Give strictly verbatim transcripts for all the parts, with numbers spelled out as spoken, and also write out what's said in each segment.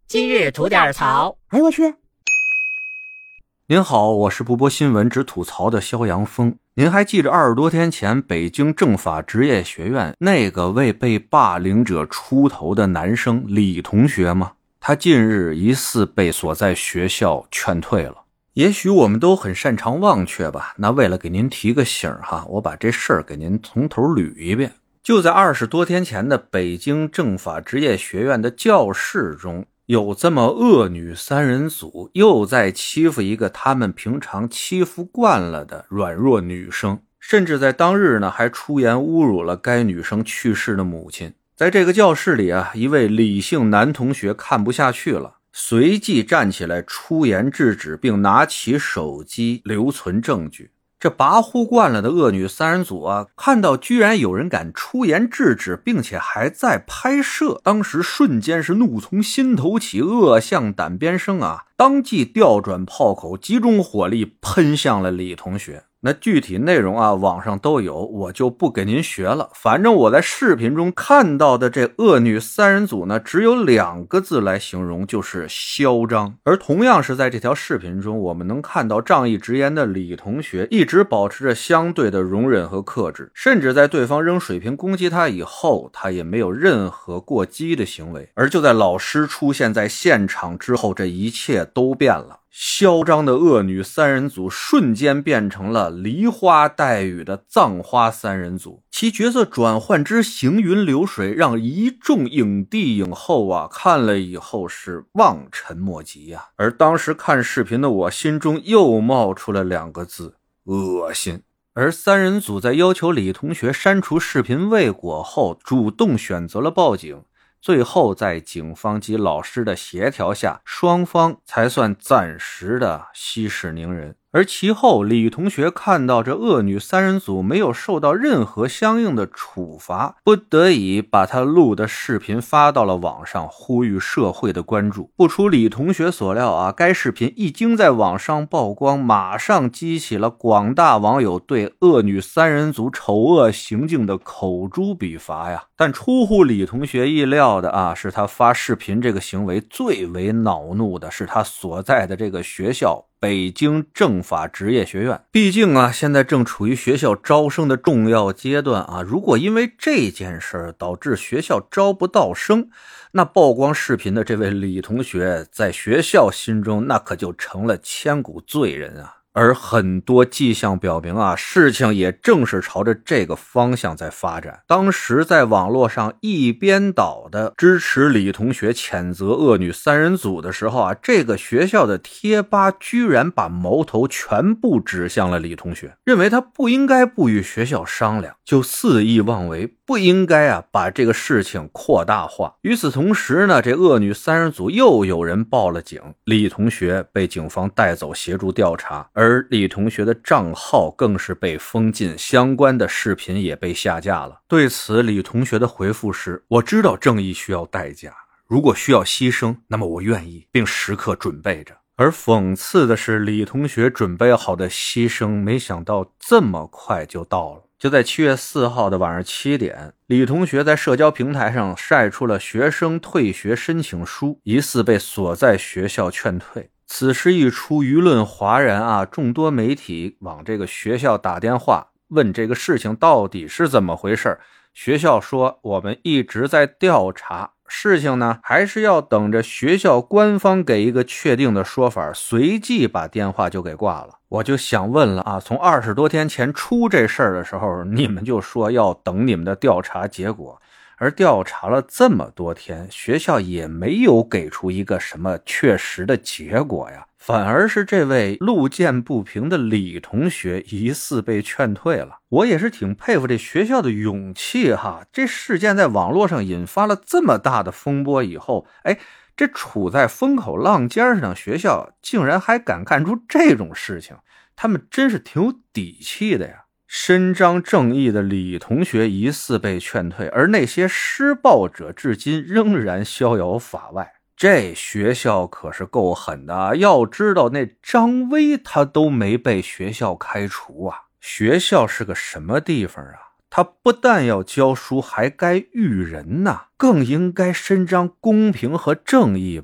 今日吐点槽。 哎我去！ 您好，我是不播新闻只吐槽的肖阳峰。您还记着二十多天前北京政法职业学院那个为被霸凌者出头的男生李同学吗？他近日疑似被所在学校劝退了。也许我们都很擅长忘却吧，那为了给您提个醒哈，我把这事儿给您从头捋一遍。就在二十多天前的北京政法职业学院的教室中，有这么恶女三人组又在欺负一个他们平常欺负惯了的软弱女生，甚至在当日呢还出言侮辱了该女生去世的母亲。在这个教室里啊，一位李姓男同学看不下去了，随即站起来出言制止，并拿起手机留存证据。这跋扈惯了的恶女三人组啊，看到居然有人敢出言制止，并且还在拍摄，当时瞬间是怒从心头起，恶向胆边生啊！当即调转炮口，集中火力喷向了李同学。那具体内容啊，网上都有，我就不给您学了。反正我在视频中看到的这恶女三人组呢，只有两个字来形容，就是嚣张。而同样是在这条视频中，我们能看到仗义直言的李同学一直保持着相对的容忍和克制，甚至在对方扔水瓶攻击他以后，他也没有任何过激的行为。而就在老师出现在现场之后，这一切都变了。嚣张的恶女三人组瞬间变成了梨花带雨的葬花三人组，其角色转换之行云流水，让一众影帝影后啊看了以后是望尘莫及啊。而当时看视频的我心中又冒出了两个字：恶心。而三人组在要求李同学删除视频未果后，主动选择了报警。最后在警方及老师的协调下，双方才算暂时的息事宁人。而其后李同学看到这恶女三人组没有受到任何相应的处罚，不得已把他录的视频发到了网上，呼吁社会的关注。不出李同学所料啊，该视频一经在网上曝光，马上激起了广大网友对恶女三人组丑恶行径的口诛笔伐呀。但出乎李同学意料的啊，是他发视频这个行为最为恼怒的是他所在的这个学校北京政法职业学院。毕竟啊，现在正处于学校招生的重要阶段啊，如果因为这件事导致学校招不到生，那曝光视频的这位李同学在学校心中那可就成了千古罪人啊。而很多迹象表明啊，事情也正是朝着这个方向在发展。当时在网络上一边倒的支持李同学谴责恶女三人组的时候啊，这个学校的贴吧居然把矛头全部指向了李同学，认为他不应该不与学校商量，就肆意妄为，不应该啊把这个事情扩大化。与此同时呢，这恶女三人组又有人报了警，李同学被警方带走协助调查，而李同学的账号更是被封禁，相关的视频也被下架了。对此李同学的回复是：我知道正义需要代价，如果需要牺牲，那么我愿意，并时刻准备着。而讽刺的是，李同学准备好的牺牲没想到这么快就到了。就在七月四号的晚上七点，李同学在社交平台上晒出了学生退学申请书，疑似被所在学校劝退。此事一出，舆论哗然啊，众多媒体往这个学校打电话，问这个事情到底是怎么回事。学校说我们一直在调查，事情呢还是要等着学校官方给一个确定的说法，随即把电话就给挂了。我就想问了啊，从二十多天前出这事儿的时候，你们就说要等你们的调查结果，而调查了这么多天，学校也没有给出一个什么确实的结果呀，反而是这位路见不平的李同学疑似被劝退了。我也是挺佩服这学校的勇气哈，这事件在网络上引发了这么大的风波以后，哎，这处在风口浪尖上的学校竟然还敢干出这种事情，他们真是挺有底气的呀。伸张正义的李同学疑似被劝退，而那些施暴者至今仍然逍遥法外。这学校可是够狠的啊！要知道那张威他都没被学校开除啊。学校是个什么地方啊？他不但要教书，还该育人呐，更应该伸张公平和正义吧。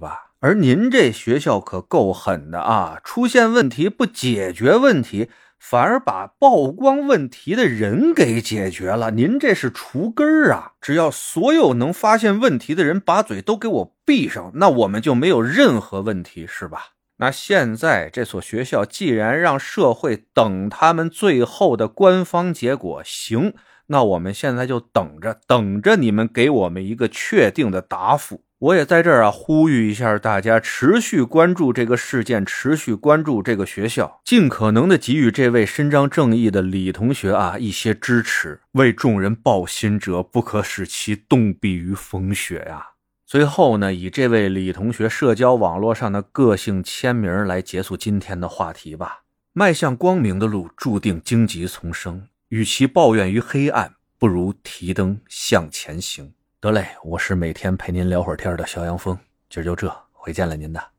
而您这学校可够狠的啊，出现问题不解决问题，反而把曝光问题的人给解决了，您这是除根儿啊！只要所有能发现问题的人把嘴都给我闭上，那我们就没有任何问题，是吧？那现在这所学校既然让社会等他们最后的官方结果，行，那我们现在就等着，等着你们给我们一个确定的答复。我也在这儿啊呼吁一下大家，持续关注这个事件，持续关注这个学校，尽可能的给予这位伸张正义的李同学啊一些支持。为众人抱薪者，不可使其冻毙于风雪呀、啊。最后呢，以这位李同学社交网络上的个性签名来结束今天的话题吧。迈向光明的路注定荆棘丛生，与其抱怨于黑暗，不如提灯向前行。得嘞，我是每天陪您聊会儿天的肖阳峰，今儿就这，回见了您的。